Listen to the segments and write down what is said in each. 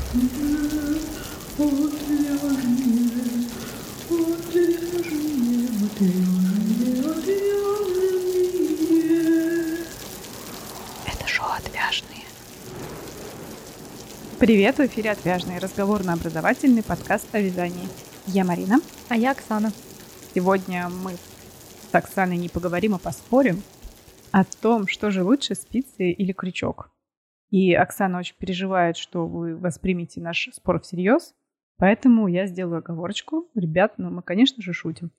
Это шоу «Отвяжные». Привет, в эфире «Отвяжные», разговорно-образовательный подкаст о вязании. Я Марина. А я Оксана. Сегодня мы с Оксаной не поговорим, а поспорим о том, что же лучше, спицы или крючок. И Оксана очень переживает, что вы воспримете наш спор всерьез, поэтому я сделаю оговорочку. Ребят, мы, конечно же, шутим.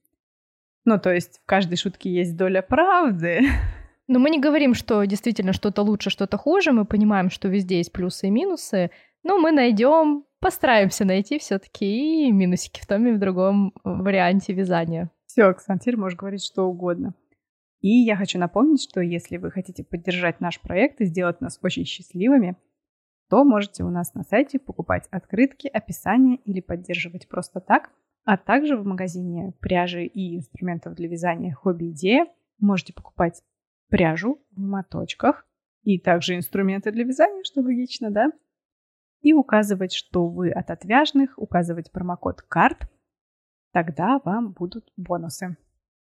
То есть в каждой шутке есть доля правды. Но мы не говорим, что действительно что-то лучше, что-то хуже. Мы понимаем, что везде есть плюсы и минусы. Но мы постараемся найти все-таки и минусики в том и в другом варианте вязания. Все, Оксана, теперь можешь говорить что угодно. И я хочу напомнить, что если вы хотите поддержать наш проект и сделать нас очень счастливыми, то можете у нас на сайте покупать открытки, описания или поддерживать просто так, а также в магазине пряжи и инструментов для вязания «Хобби Идея» можете покупать пряжу в моточках и также инструменты для вязания, что логично, да? И указывать, что вы от отвяжных, указывать промокод КАРТ, тогда вам будут бонусы.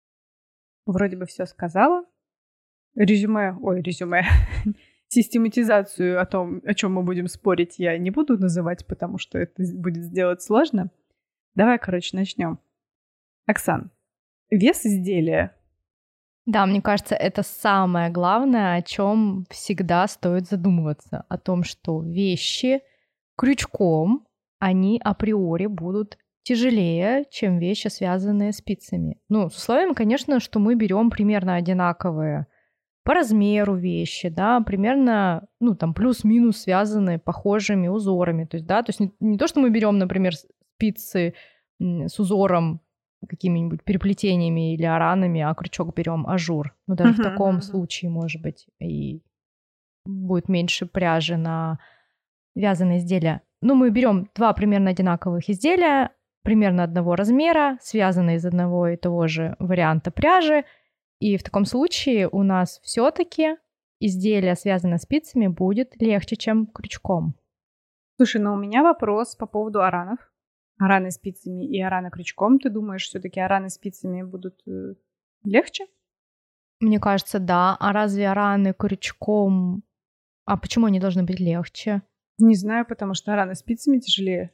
Вроде бы все сказала. Резюме. Систематизацию о том, о чем мы будем спорить, я не буду называть, потому что это будет сделать сложно. Давай, начнем. Оксан, вес изделия. Да, мне кажется, это самое главное, о чем всегда стоит задумываться. О том, что вещи крючком, они априори будут тяжелее, чем вещи, связанные спицами. С условием, конечно, что мы берем примерно одинаковые по размеру вещи, да, примерно, плюс-минус связанные похожими узорами. То есть не то, что мы берем, например, спицы с узором, какими-нибудь переплетениями или оранами, а крючок берем ажур. Даже в таком случае, может быть, и будет меньше пряжи на вязаные изделия. Мы берем два примерно одинаковых изделия, примерно одного размера, связанные из одного и того же варианта пряжи. И в таком случае у нас все-таки изделие, связанное спицами, будет легче, чем крючком. Слушай, у меня вопрос по поводу оранов. Ораны спицами и ораны крючком. Ты думаешь, все-таки ораны спицами будут легче? Мне кажется, да. А разве ораны крючком... А почему они должны быть легче? Не знаю, потому что ораны спицами тяжелее.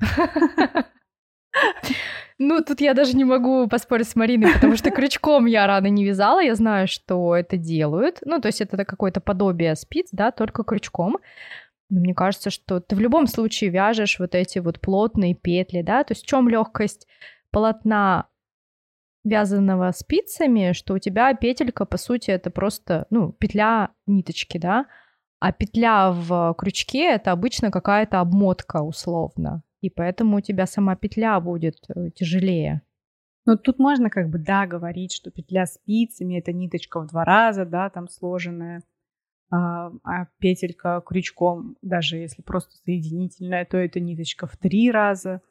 Тут я даже не могу поспорить с Мариной, потому что крючком я ораны не вязала, я знаю, что это делают. То есть это какое-то подобие спиц, да, только крючком. Но мне кажется, что ты в любом случае вяжешь вот эти вот плотные петли, да, то есть в чем легкость полотна, вязаного спицами, что у тебя петелька, по сути, это просто, петля ниточки, да, а петля в крючке — это обычно какая-то обмотка условно, и поэтому у тебя сама петля будет тяжелее. Тут можно говорить, что петля спицами — это ниточка в 2 раза, да, там сложенная. А петелька крючком, даже если просто соединительная, то это ниточка в 3 раза.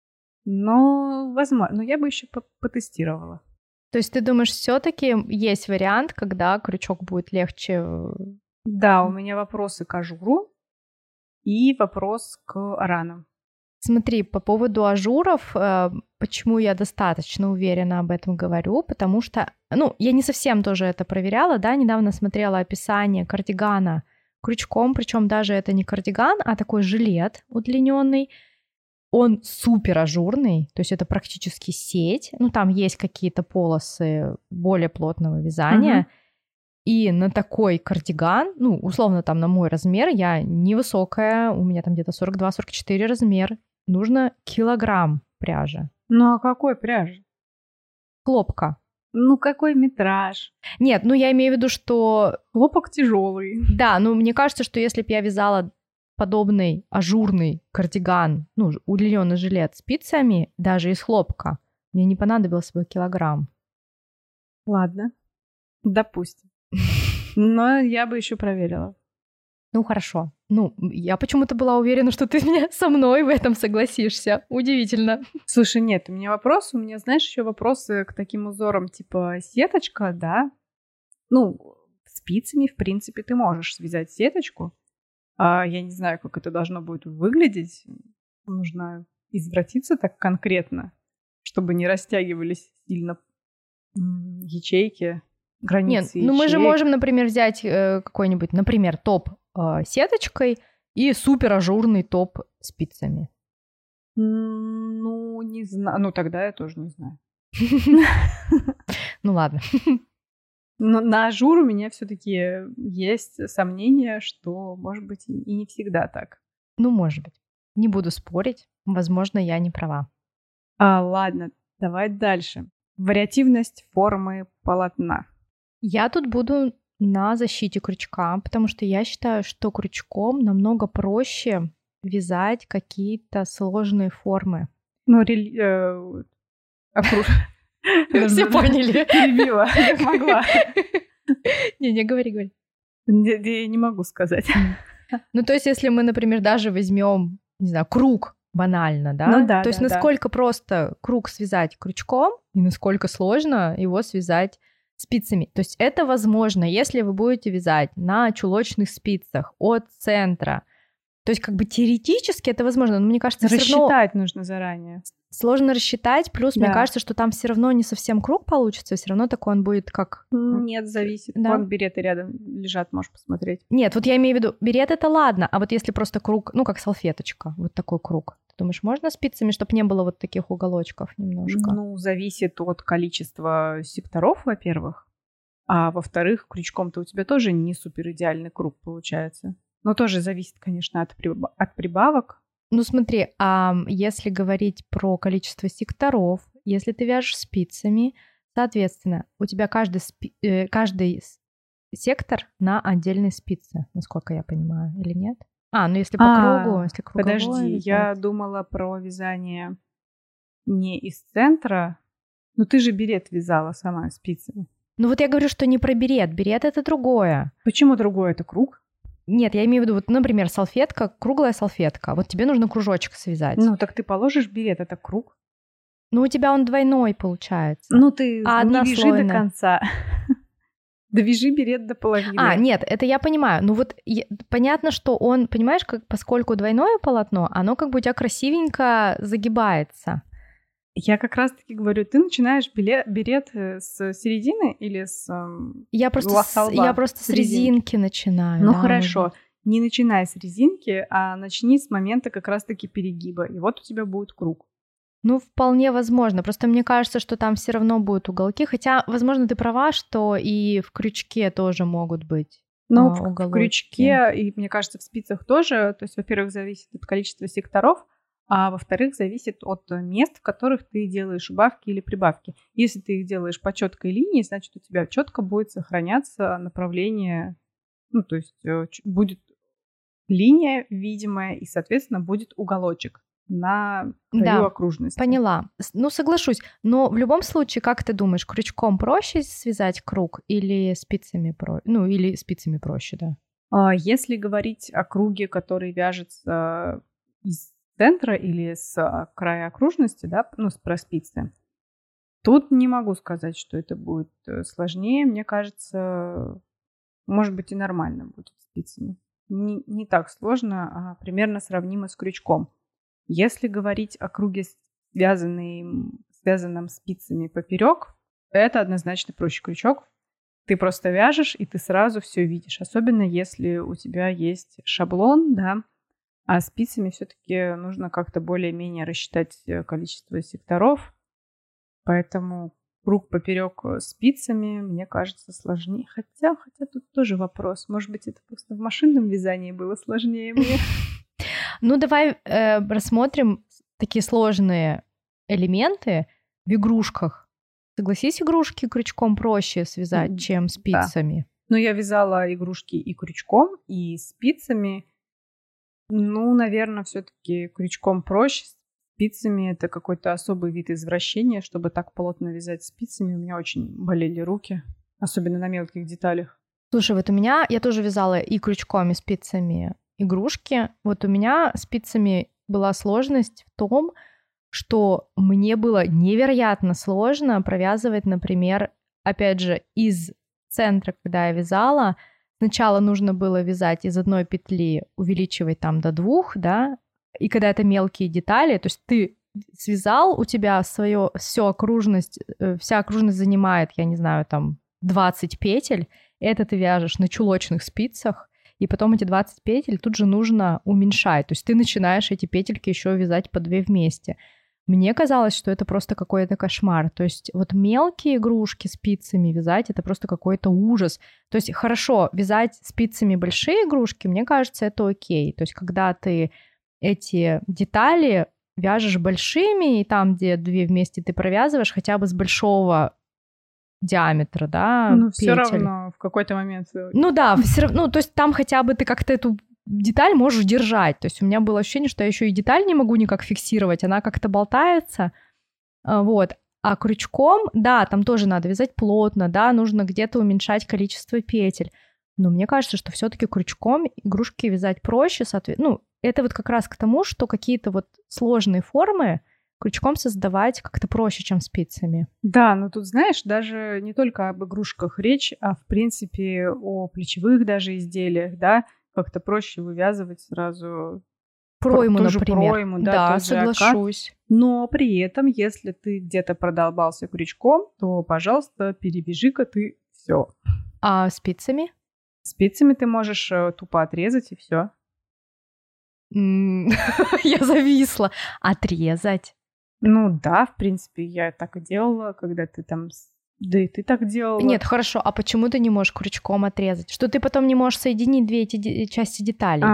Но, возможно, я бы еще потестировала. То есть ты думаешь, все-таки есть вариант, когда крючок будет легче? Да, у меня вопросы к ажуру и вопрос к оранам. Смотри, по поводу ажуров, почему я достаточно уверенно об этом говорю, потому что, я не совсем тоже это проверяла, да, недавно смотрела описание кардигана крючком, причем даже это не кардиган, а такой жилет удлиненный. Он супер ажурный, то есть это практически сеть, там есть какие-то полосы более плотного вязания, и на такой кардиган, условно там на мой размер, я невысокая, у меня там где-то 42-44 размер, нужно килограмм пряжи. А какой пряжи? Хлопка. Какой метраж? Нет, я имею в виду, что... Хлопок тяжелый. Да, мне кажется, что если бы я вязала подобный ажурный кардиган, удлиненный жилет спицами, даже из хлопка, мне не понадобился бы килограмм. Ладно, допустим. Но я бы еще проверила. Хорошо. Я почему-то была уверена, что ты со мной в этом согласишься. Удивительно. Слушай, нет, у меня вопрос. У меня, знаешь, еще вопросы к таким узорам типа сеточка, да? Спицами, в принципе, ты можешь связать сеточку. Я не знаю, как это должно будет выглядеть. Нужно извратиться так конкретно, чтобы не растягивались сильно ячейки, границы Нет, ну мы же ячеек. можем, например, взять какой-нибудь, например, топ сеточкой и супер ажурный топ спицами. Ну, не знаю. Ну, тогда я тоже не знаю. Ну ладно. Но на ажур у меня все-таки есть сомнение, что, может быть, и не всегда так. Ну, может быть. Не буду спорить. Возможно, я не права. Ладно, давай дальше. Вариативность формы полотна. Я тут буду на защите крючка, потому что я считаю, что крючком намного проще вязать какие-то сложные формы. Ну, Все поняли. Перебила, как могла. Не, говори. Я не могу сказать. Ну, то есть, если мы, например, даже возьмем, не знаю, круг банально, да? Ну да, то есть, насколько просто круг связать крючком, и насколько сложно его связать спицами. То есть, это возможно, если вы будете вязать на чулочных спицах от центра. То есть, как бы теоретически это возможно, но мне кажется, рассчитать нужно заранее. Сложно рассчитать, плюс мне кажется, что там все равно не совсем круг получится, все равно такой он будет как... Нет, зависит. Да? Вон береты рядом лежат, можешь посмотреть. Нет, вот я имею в виду, берет это ладно, а вот если просто круг, ну как салфеточка, вот такой круг, ты думаешь, можно спицами, чтобы не было вот таких уголочков немножко? Ну, зависит от количества секторов, во-первых, а во-вторых, крючком-то у тебя тоже не супер идеальный круг получается. Но тоже зависит, конечно, от прибавок. Ну смотри, а если говорить про количество секторов, если ты вяжешь спицами, соответственно, у тебя каждый сектор на отдельной спице, насколько я понимаю, или нет? Ну если по кругу, если круговое. Подожди, я думала про вязание не из центра. Ну ты же берет вязала сама спицами. Ну вот я говорю, что не про берет. Берет — это другое. Почему другое? Это круг? Нет, я имею в виду, вот, например, салфетка, круглая салфетка. Вот тебе нужно кружочек связать. Ну, так ты положишь берет, это круг. Ну, у тебя он двойной получается. Ну, ты не вяжи до конца. Довяжи берет до половины. Нет, это я понимаю. Ну вот понятно, что он, понимаешь, поскольку двойное полотно, оно как бы у тебя красивенько загибается. Я как раз-таки говорю, ты начинаешь берет с середины или с Я просто с резинки начинаю. Ну хорошо, не начинай с резинки, а начни с момента как раз-таки перегиба, и вот у тебя будет круг. Ну, вполне возможно. Просто мне кажется, что там все равно будут уголки. Хотя, возможно, ты права, что и в крючке тоже могут быть уголочки. В крючке, и мне кажется, в спицах тоже. То есть, во-первых, зависит от количества секторов, а во-вторых, зависит от мест, в которых ты делаешь убавки или прибавки. Если ты их делаешь по четкой линии, значит, у тебя четко будет сохраняться направление, ну, то есть будет линия видимая, и, соответственно, будет уголочек на краю окружности. Поняла. Ну, соглашусь. Но в любом случае, как ты думаешь, крючком проще связать круг или спицами или спицами проще, да? Если говорить о круге, который вяжется из центра или с края окружности, да, ну, про спицы, тут не могу сказать, что это будет сложнее. Мне кажется, может быть, и нормально будет спицами. Не так сложно, а примерно сравнимо с крючком. Если говорить о круге, связанном спицами поперек, это однозначно проще крючок. Ты просто вяжешь, и ты сразу все видишь. Особенно если у тебя есть шаблон, да, а спицами все-таки нужно как-то более-менее рассчитать количество секторов. Поэтому круг поперек спицами, мне кажется, сложнее. Хотя тут тоже вопрос. Может быть, это просто в машинном вязании было сложнее мне. Ну, давай рассмотрим такие сложные элементы в игрушках. Согласись, игрушки крючком проще связать, чем спицами. Да. Ну, я вязала игрушки и крючком, и спицами. Ну, наверное, все-таки крючком проще. Спицами это какой-то особый вид извращения, чтобы так плотно вязать спицами. У меня очень болели руки, особенно на мелких деталях. Слушай, вот я тоже вязала и крючком, и спицами игрушки. Вот у меня спицами была сложность в том, что мне было невероятно сложно провязывать, например, опять же, из центра, когда я вязала, сначала нужно было вязать из одной петли, увеличивать там до 2, да, и когда это мелкие детали, то есть ты связал, у тебя вся окружность занимает, я не знаю, там 20 петель, это ты вяжешь на чулочных спицах, и потом эти 20 петель тут же нужно уменьшать, то есть ты начинаешь эти петельки еще вязать по 2 вместе. Мне казалось, что это просто какой-то кошмар. То есть вот мелкие игрушки спицами вязать — это просто какой-то ужас. То есть хорошо, вязать спицами большие игрушки, мне кажется, это окей. То есть когда ты эти детали вяжешь большими, и там, где 2 вместе ты провязываешь, хотя бы с большого диаметра, да, Ну, петель. все равно в какой-то момент... Ну да, все равно, ну, то есть там хотя бы ты как-то эту деталь можешь держать. То есть у меня было ощущение, что я еще и деталь не могу никак фиксировать, она как-то болтается. Вот. А крючком, да, там тоже надо вязать плотно, да, нужно где-то уменьшать количество петель. Но мне кажется, что все-таки крючком игрушки вязать проще, ну, это вот как раз к тому, что какие-то вот сложные формы крючком создавать как-то проще, чем спицами. Да, но тут, знаешь, даже не только об игрушках речь, а в принципе о плечевых даже изделиях, да, как-то проще вывязывать сразу пройму, ту же например. пройму, Да, тот же окат. соглашусь. Но при этом, если ты где-то продолбался крючком, то, пожалуйста, перевяжи-ка ты все. А спицами? Спицами ты можешь тупо отрезать и все. Я зависла. Отрезать? Ну да, в принципе, я так и делала, когда ты там... Да и ты так делала. Нет, хорошо, а почему ты не можешь крючком отрезать? Что ты потом не можешь соединить 2 эти части деталей?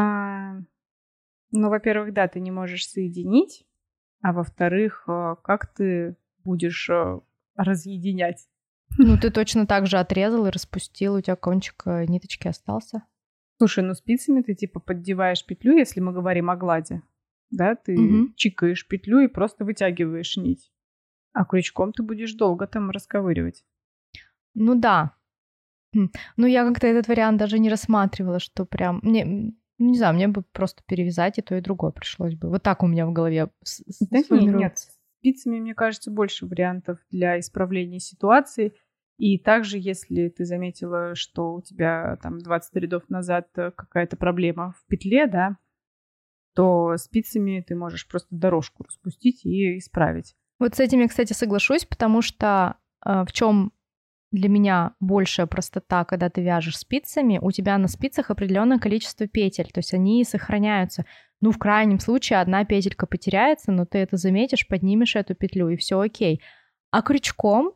Ну, во-первых, да, ты не можешь соединить, а во-вторых, как ты будешь разъединять? Ну, ты точно так же отрезал и распустил, у тебя кончик ниточки остался. Слушай, ну спицами ты типа поддеваешь петлю, если мы говорим о глади, да, ты чикаешь петлю и просто вытягиваешь нить. А крючком ты будешь долго там расковыривать. Ну да. Ну я как-то этот вариант даже не рассматривала, что прям... Мне, не знаю, мне бы просто перевязать и то, и другое пришлось бы. Вот так у меня в голове Да нет, спицами, мне кажется, больше вариантов для исправления ситуации. И также, если ты заметила, что у тебя там 20 рядов назад какая-то проблема в петле, да, то спицами ты можешь просто дорожку распустить и исправить. Вот с этим я, кстати, соглашусь, потому что в чем для меня большая простота, когда ты вяжешь спицами, у тебя на спицах определенное количество петель, то есть они сохраняются. Ну, в крайнем случае, одна петелька потеряется, но ты это заметишь, поднимешь эту петлю, и все окей. А крючком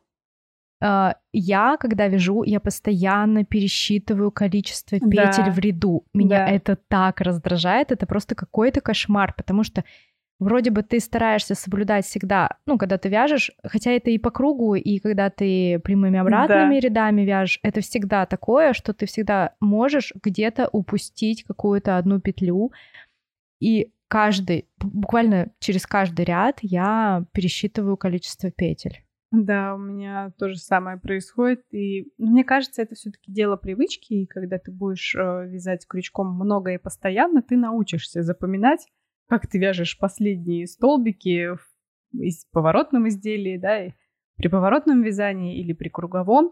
я, когда вяжу, я постоянно пересчитываю количество петель в ряду. Меня это так раздражает, это просто какой-то кошмар, потому что вроде бы ты стараешься соблюдать всегда, ну, когда ты вяжешь, хотя это и по кругу, и когда ты прямыми обратными рядами вяжешь, это всегда такое, что ты всегда можешь где-то упустить какую-то одну петлю, и буквально через каждый ряд я пересчитываю количество петель. Да, у меня то же самое происходит, и мне кажется, это все-таки дело привычки, и когда ты будешь вязать крючком много и постоянно, ты научишься запоминать, как ты вяжешь последние столбики в поворотном изделии, да, и при поворотном вязании или при круговом.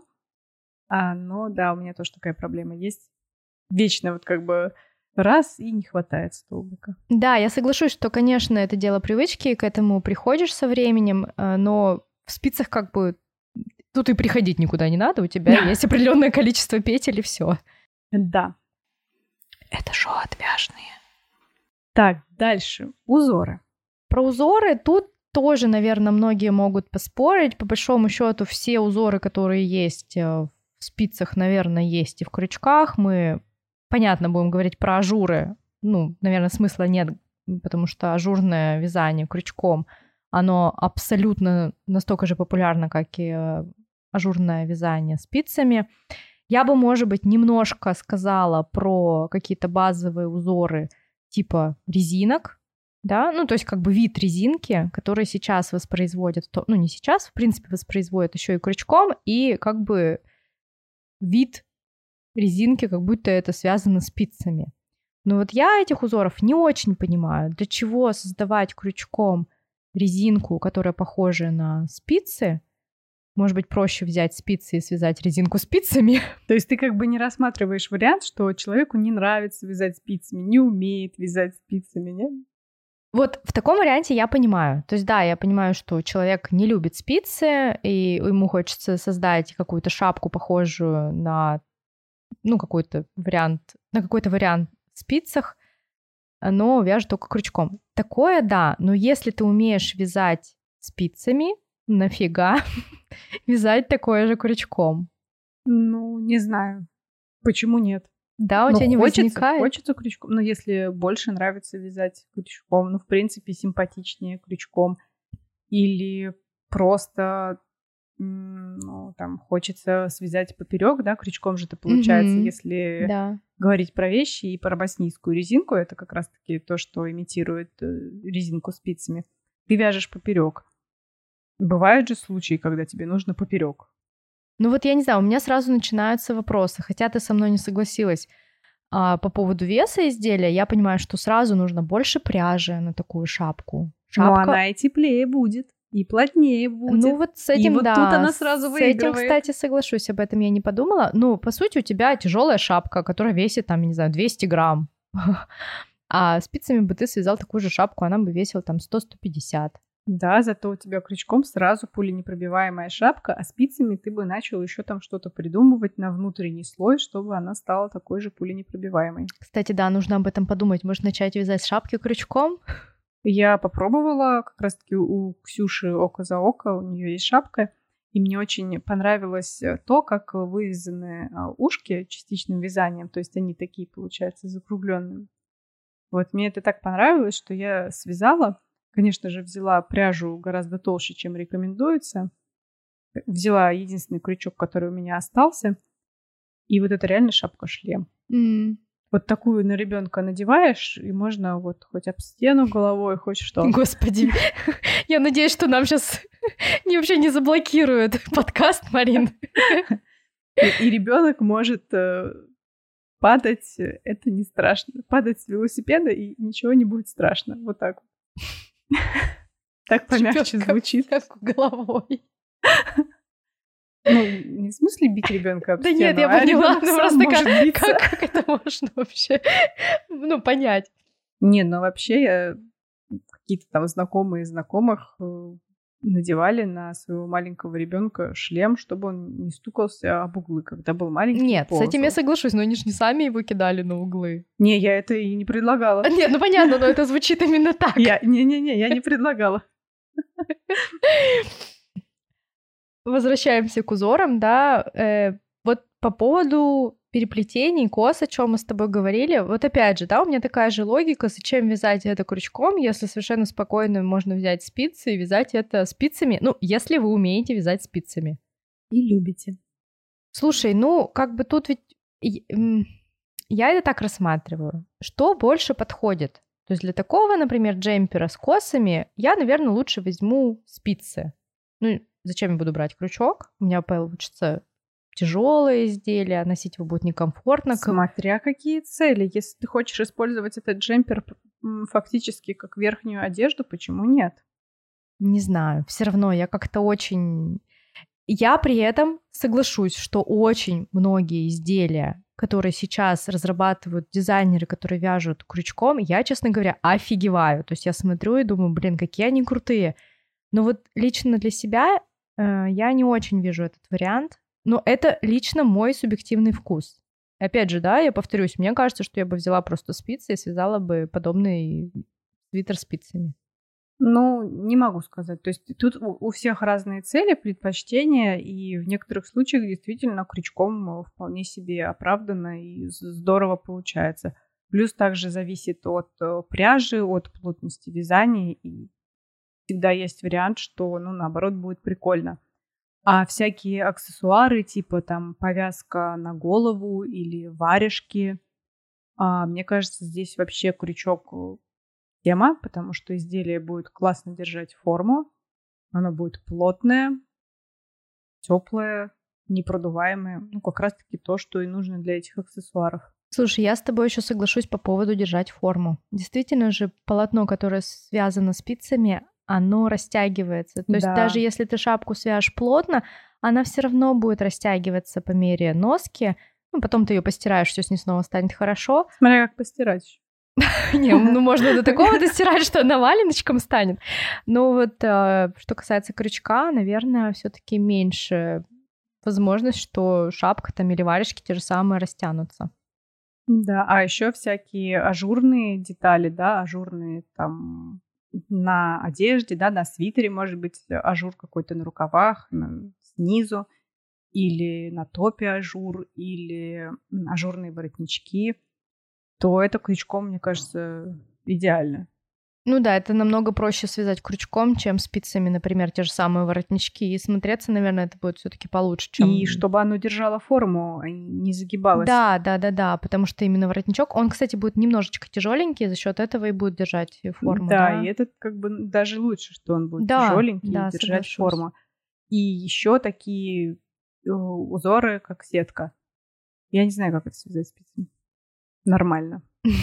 Но да, у меня тоже такая проблема есть. Вечно вот как бы раз и не хватает столбика. Да, я соглашусь, что, конечно, это дело привычки, к этому приходишь со временем, но в спицах как бы тут и приходить никуда не надо, у тебя есть определенное количество петель и все. Да. Это шоу отвяжные. Так, дальше. Узоры. Про узоры тут тоже, наверное, многие могут поспорить. По большому счету, все узоры, которые есть в спицах, наверное, есть и в крючках. Мы, понятно, будем говорить про ажуры. Ну, наверное, смысла нет, потому что ажурное вязание крючком, оно абсолютно настолько же популярно, как и ажурное вязание спицами. Я бы, может быть, немножко сказала про какие-то базовые узоры типа резинок, да, ну, то есть как бы вид резинки, который сейчас воспроизводят, ну, не сейчас, в принципе, воспроизводят еще и крючком, и как бы вид резинки, как будто это связано с спицами. Но вот я этих узоров не очень понимаю, для чего создавать крючком резинку, которая похожа на спицы, может быть, проще взять спицы и связать резинку спицами. То есть ты как бы не рассматриваешь вариант, что человеку не нравится вязать спицами, не умеет вязать спицами, нет? Вот в таком варианте я понимаю. То есть да, я понимаю, что человек не любит спицы, и ему хочется создать какую-то шапку, похожую на какой-то вариант в спицах, но вяжет только крючком. Такое да, но если ты умеешь вязать спицами, нафига вязать такое же крючком? Ну, не знаю. Почему нет? Да, у тебя не возникает? Хочется крючком. Но если больше нравится вязать крючком, в принципе, симпатичнее крючком. Или просто, хочется связать поперек, да, крючком же это получается, если говорить про вещи и про боснийскую резинку, это как раз-таки то, что имитирует резинку спицами. Ты вяжешь поперек. Бывают же случаи, когда тебе нужно поперек. Ну вот я не знаю, у меня сразу начинаются вопросы, хотя ты со мной не согласилась. По поводу веса изделия, я понимаю, что сразу нужно больше пряжи на такую шапку. Но она и теплее будет, и плотнее будет. Ну вот с этим, и вот тут она сразу выигрывает. С этим, кстати, соглашусь, об этом я не подумала. Ну, по сути, у тебя тяжелая шапка, которая весит, 200 грамм. А спицами бы ты связал такую же шапку, она бы весила 100-150. Да, зато у тебя крючком сразу пуленепробиваемая шапка, а спицами ты бы начал еще там что-то придумывать на внутренний слой, чтобы она стала такой же пуленепробиваемой. Кстати, да, нужно об этом подумать. Может, начать вязать шапки крючком? Я попробовала как раз-таки у Ксюши око за око, у нее есть шапка, и мне очень понравилось то, как вывязаны ушки частичным вязанием, то есть они такие, получаются, закругленные. Вот мне это так понравилось, что я связала. Конечно же, взяла пряжу гораздо толще, чем рекомендуется. Взяла единственный крючок, который у меня остался. И вот это реально шапка-шлем. Вот такую на ребенка надеваешь, и можно вот хоть об стену головой, хоть что. Господи, я надеюсь, что нам сейчас вообще не заблокируют подкаст, Марин. И ребенок может падать, это не страшно. Падать с велосипеда, и ничего не будет страшно. Вот так вот. Так помягче звучит. Как головой. Ну, не в смысле бить ребенка об стену. Да нет, я поняла. Ну просто как это можно вообще, понять? Не, ну вообще какие-то там знакомые знакомых надевали на своего маленького ребенка шлем, чтобы он не стукался об углы, когда был маленький. Нет, с этим я соглашусь, но они же не сами его кидали на углы. Не, я это и не предлагала. Нет, ну понятно, но это звучит именно так. Я не предлагала. Возвращаемся к узорам, да. Вот по поводу переплетений, кос, о чем мы с тобой говорили, вот опять же, да, у меня такая же логика, зачем вязать это крючком, если совершенно спокойно можно взять спицы и вязать это спицами, если вы умеете вязать спицами. И любите. Слушай, тут ведь я это так рассматриваю, что больше подходит. То есть для такого, например, джемпера с косами я, наверное, лучше возьму спицы. Зачем я буду брать крючок? У меня получится тяжелое изделие, носить его будет некомфортно. Смотря какие цели. Если ты хочешь использовать этот джемпер фактически как верхнюю одежду, почему нет? Не знаю. Все равно я как-то очень... Я при этом соглашусь, что очень многие изделия, которые сейчас разрабатывают дизайнеры, которые вяжут крючком, я, честно говоря, офигеваю. То есть я смотрю и думаю, какие они крутые. Но вот лично для себя я не очень вижу этот вариант. Но это лично мой субъективный вкус. Опять же, да, я повторюсь, мне кажется, что я бы взяла просто спицы и связала бы подобный свитер спицами. Не могу сказать. То есть тут у всех разные цели, предпочтения, и в некоторых случаях действительно крючком вполне себе оправданно и здорово получается. Плюс также зависит от пряжи, от плотности вязания, и всегда есть вариант, что, наоборот, будет прикольно. А всякие аксессуары, типа там повязка на голову или варежки, мне кажется, здесь вообще крючок тема, потому что изделие будет классно держать форму, оно будет плотное, теплое, непродуваемое. Как раз-таки то, что и нужно для этих аксессуаров. Слушай, я с тобой еще соглашусь по поводу держать форму. Действительно же, полотно, которое связано спицами, оно растягивается. То есть Да. даже если ты шапку свяжешь плотно, она все равно будет растягиваться по мере носки. Ну, потом ты ее постираешь, все с ней снова станет хорошо. Смотря как постирать. Не, ну можно до такого достирать, что она валеночком станет. Но вот что касается крючка, наверное, все-таки меньше возможность, что шапка там или варежки те же самые растянутся. Да, а еще всякие ажурные детали, да, ажурные там на одежде, да, на свитере, может быть, ажур какой-то на рукавах, снизу, или на топе ажур, или ажурные воротнички, то это крючком, мне кажется, идеально. Ну да, это намного проще связать крючком, чем спицами, например, те же самые воротнички. И смотреться, наверное, это будет все-таки получше, чем... И чтобы оно держало форму, а не загибалось. Да, потому что именно воротничок, он, кстати, будет немножечко тяжеленький, за счет этого и будет держать форму. Да, и это как бы даже лучше, что он будет тяжеленький и держать соглашусь. форму. И еще такие узоры, как сетка. Я не знаю, как это связать спицами. Нормально.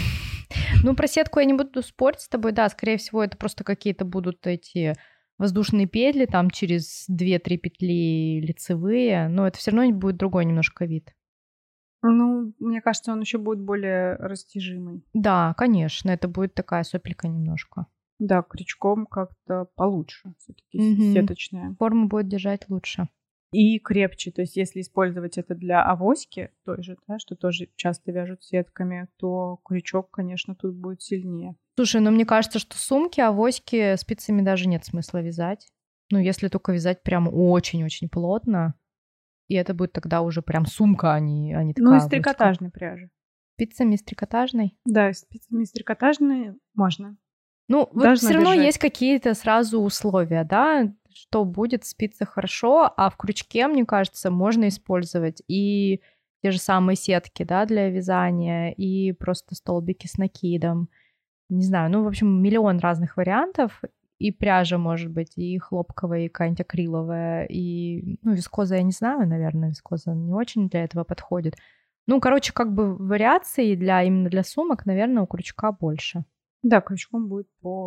Ну, про сетку я не буду спорить с тобой, да, скорее всего, это просто какие-то будут эти воздушные петли, там через 2-3 петли лицевые, но это все равно будет другой немножко вид. Ну, мне кажется, он еще будет более растяжимый. Да, конечно, это будет такая сопелька немножко. Да, крючком как-то получше, все-таки сеточная. Форму будет держать лучше. И крепче, то есть если использовать это для авоськи той же, да, что тоже часто вяжут сетками, то крючок, конечно, тут будет сильнее. Слушай, ну мне кажется, что сумки, авоськи спицами даже нет смысла вязать. Ну, если только вязать прям очень-очень плотно, и это будет тогда уже прям сумка, а не такая Ну, из авоська. трикотажной пряжи. Спицами из трикотажной? Да, спицами из трикотажной можно. Ну, вот все равно есть какие-то сразу условия, да, что будет в спицах хорошо, а в крючке, мне кажется, можно использовать и те же самые сетки, да, для вязания, и просто столбики с накидом. Не знаю, ну, в общем, миллион разных вариантов. И пряжа может быть, и хлопковая, и какая-нибудь акриловая, и, ну, вискоза я не знаю, наверное, вискоза не очень для этого подходит. Ну, короче, как бы вариаций именно для сумок, наверное, у крючка больше. Да, крючком будет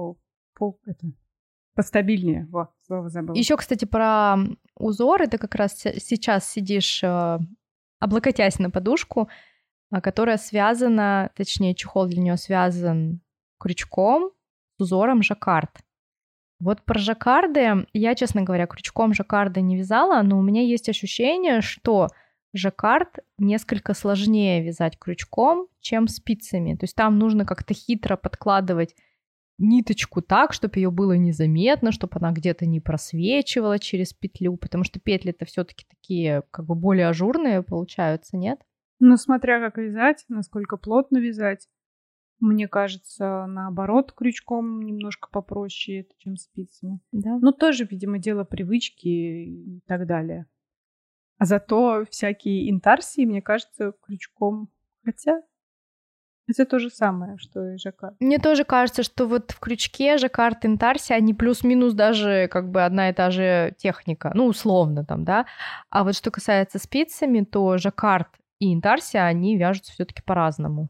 постабильнее. Во, слово забыла. Еще, кстати, про узоры. Ты как раз сейчас сидишь, облокотясь на подушку, которая связана, точнее, чехол для нее связан крючком с узором жаккард. Вот про жаккарды я, честно говоря, крючком жаккарды не вязала, но у меня есть ощущение, что жаккард несколько сложнее вязать крючком, чем спицами. То есть там нужно как-то хитро подкладывать ниточку так, чтобы ее было незаметно, чтобы она где-то не просвечивала через петлю, потому что петли-то все-таки такие как бы более ажурные получаются, нет? Ну, смотря как вязать, насколько плотно вязать. Мне кажется, наоборот, крючком немножко попроще это, чем спицами. Да. Ну, тоже, видимо, дело привычки и так далее. А зато всякие интарсии, мне кажется, крючком. Хотя это то же самое, что и жаккард. Мне тоже кажется, что вот в крючке жаккард, интарсия, они плюс-минус даже как бы одна и та же техника. Ну, условно там, да. А вот что касается спицами, то жаккард и интарсия, они вяжутся все-таки по-разному.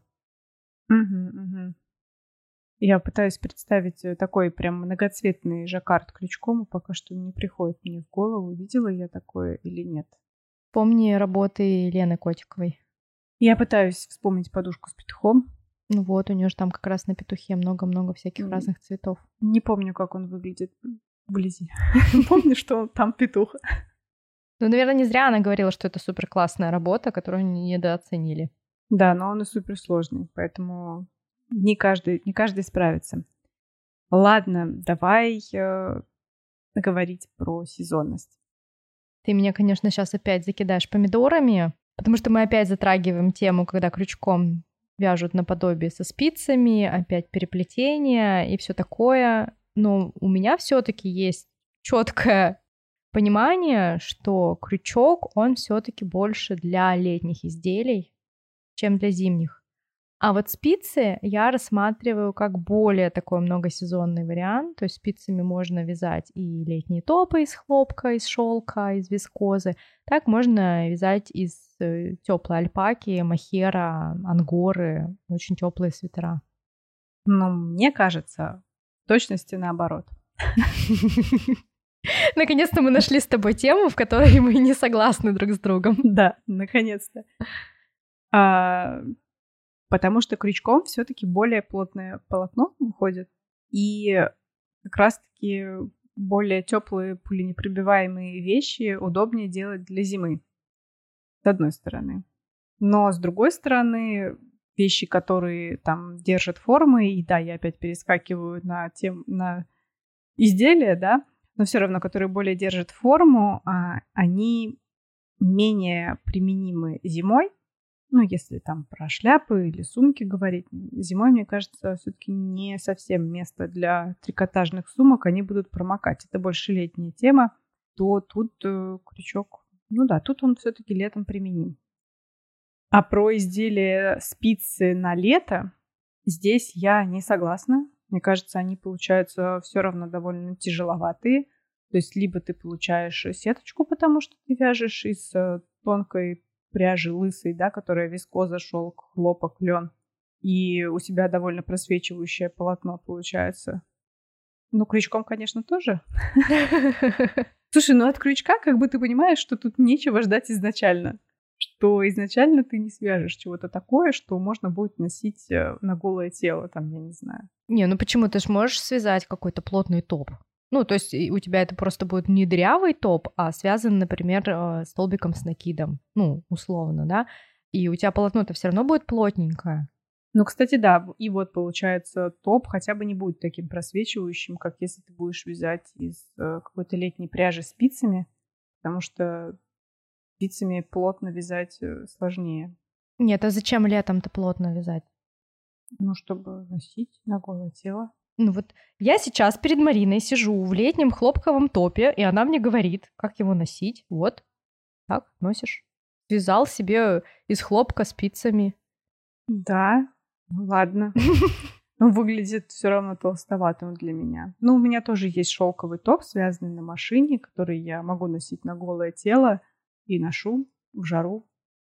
Угу. Я пытаюсь представить такой прям многоцветный жаккард крючком, и пока что не приходит мне в голову, видела я такое или нет. Помни работы Лены Котиковой. Я пытаюсь вспомнить подушку с петухом. Ну вот, у нее же там как раз на петухе много-много всяких разных цветов. Не помню, как он выглядит вблизи. Помню, что там петух. Ну, наверное, не зря она говорила, что это супер классная работа, которую они недооценили. Да, но он и суперсложный, поэтому не каждый справится. Ладно, давай говорить про сезонность. Ты меня, конечно, сейчас опять закидаешь помидорами, потому что мы опять затрагиваем тему, когда крючком вяжут наподобие со спицами, опять переплетение и все такое. Но у меня все-таки есть четкое понимание, что крючок, он все-таки больше для летних изделий, чем для зимних. А вот спицы я рассматриваю как более такой многосезонный вариант. То есть спицами можно вязать и летние топы из хлопка, из шелка, из вискозы. Так можно вязать из теплой альпаки, мохера, ангоры, очень теплые свитера. Но мне кажется, в точности наоборот. Наконец-то мы нашли с тобой тему, в которой мы не согласны друг с другом. Да, наконец-то. Потому что крючком все-таки более плотное полотно выходит, и как раз-таки более теплые пуленепробиваемые вещи удобнее делать для зимы, с одной стороны. Но с другой стороны, вещи, которые там держат формы, и да, я опять перескакиваю на изделия, да, но все равно, которые более держат форму, они менее применимы зимой. Ну, если там про шляпы или сумки говорить, зимой, мне кажется, все-таки не совсем место для трикотажных сумок, они будут промокать. Это больше летняя тема, то тут крючок, ну да, тут он все-таки летом применим. А про изделия спицы на лето здесь я не согласна. Мне кажется, они получаются все равно довольно тяжеловатые. То есть либо ты получаешь сеточку, потому что ты вяжешь из тонкой пряжи лысой, да, которая вискоза, шелк, хлопок, лен, и у тебя довольно просвечивающее полотно получается. Ну, крючком, конечно, тоже. Слушай, ну от крючка как бы ты понимаешь, что тут нечего ждать изначально. Что изначально ты не свяжешь чего-то такое, что можно будет носить на голое тело, там, я не знаю. Не, ну почему? Ты же можешь связать какой-то плотный топ. Ну, то есть у тебя это просто будет не дырявый топ, а связан, например, столбиком с накидом. Ну, условно, да? И у тебя полотно-то все равно будет плотненькое. Ну, кстати, да. И вот, получается, топ хотя бы не будет таким просвечивающим, как если ты будешь вязать из какой-то летней пряжи спицами, потому что спицами плотно вязать сложнее. Нет, а зачем летом-то плотно вязать? Ну, чтобы носить на голое тело. Ну вот я сейчас перед Мариной сижу в летнем хлопковом топе, и она мне говорит, как его носить. Вот, так носишь. Связал себе из хлопка спицами. Да, ну ладно. Но выглядит все равно толстоватым для меня. Ну, у меня тоже есть шелковый топ, связанный на машине, который я могу носить на голое тело и ношу в жару.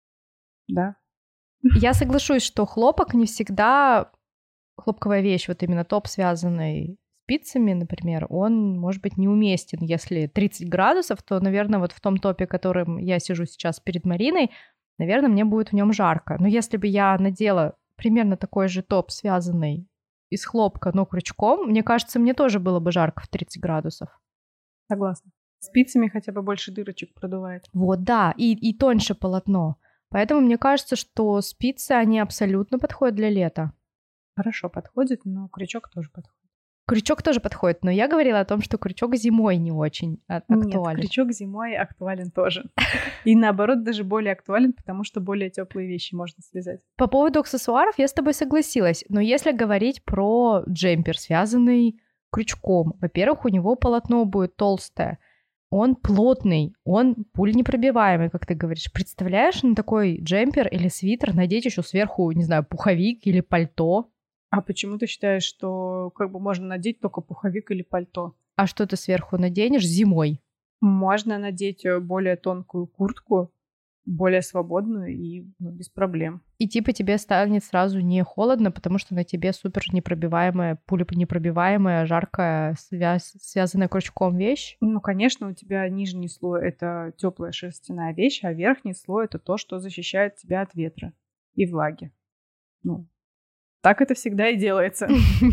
Да. Я соглашусь, что хлопок не всегда хлопковая вещь, вот именно топ, связанный спицами, например, он может быть неуместен. Если 30 градусов, то, наверное, вот в том топе, которым я сижу сейчас перед Мариной, наверное, мне будет в нем жарко. Но если бы я надела примерно такой же топ, связанный из хлопка, но крючком, мне кажется, мне тоже было бы жарко в 30 градусов. Согласна. Спицами хотя бы больше дырочек продувает. Вот, да, и тоньше полотно. Поэтому мне кажется, что спицы, они абсолютно подходят для лета. Хорошо подходит, но крючок тоже подходит. Крючок тоже подходит, но я говорила о том, что крючок зимой не очень актуален. Нет, крючок зимой актуален тоже. И наоборот, даже более актуален, потому что более теплые вещи можно связать. По поводу аксессуаров я с тобой согласилась, но если говорить про джемпер, связанный крючком, во-первых, у него полотно будет толстое, он плотный, он пуленепробиваемый, как ты говоришь. Представляешь, на такой джемпер или свитер надеть еще сверху, не знаю, пуховик или пальто? А почему ты считаешь, что как бы можно надеть только пуховик или пальто? А что ты сверху наденешь зимой? Можно надеть более тонкую куртку, более свободную и без проблем. И типа тебе станет сразу не холодно, потому что на тебе супер непробиваемая, пуленепробиваемая, жаркая, связанная крючком вещь. Ну, конечно, у тебя нижний слой — это теплая шерстяная вещь, а верхний слой — это то, что защищает тебя от ветра и влаги. Ну, так это всегда и делается.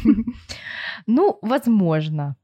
Ну, возможно.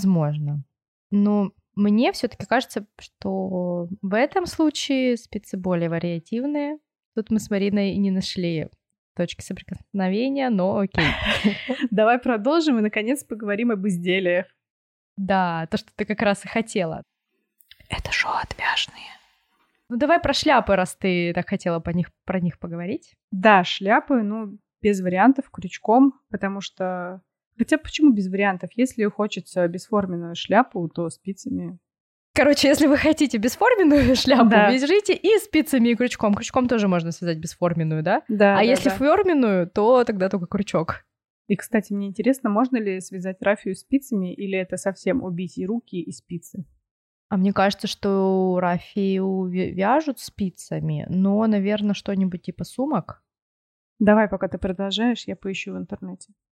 Но мне все-таки кажется, что в этом случае спицы более вариативные. Тут мы с Мариной не нашли точки соприкосновения, но окей. Давай продолжим и, наконец, поговорим об изделиях. Да, то, что ты как раз и хотела. Это шоу отвяжные. Ну, давай про шляпы, раз ты так хотела про них поговорить. Да, шляпы, ну, без вариантов, крючком, потому что... Хотя почему без вариантов? Если хочется бесформенную шляпу, то спицами. Короче, если вы хотите бесформенную шляпу, Да. вяжите и спицами, и крючком. Крючком тоже можно связать бесформенную, да? Да. А если форменную, то тогда только крючок. И, кстати, мне интересно, можно ли связать рафию спицами, или это совсем убить и руки, и спицы? А мне кажется, что рафию вяжут спицами, но, наверное, что-нибудь типа сумок. Давай, пока ты продолжаешь, я поищу в интернете.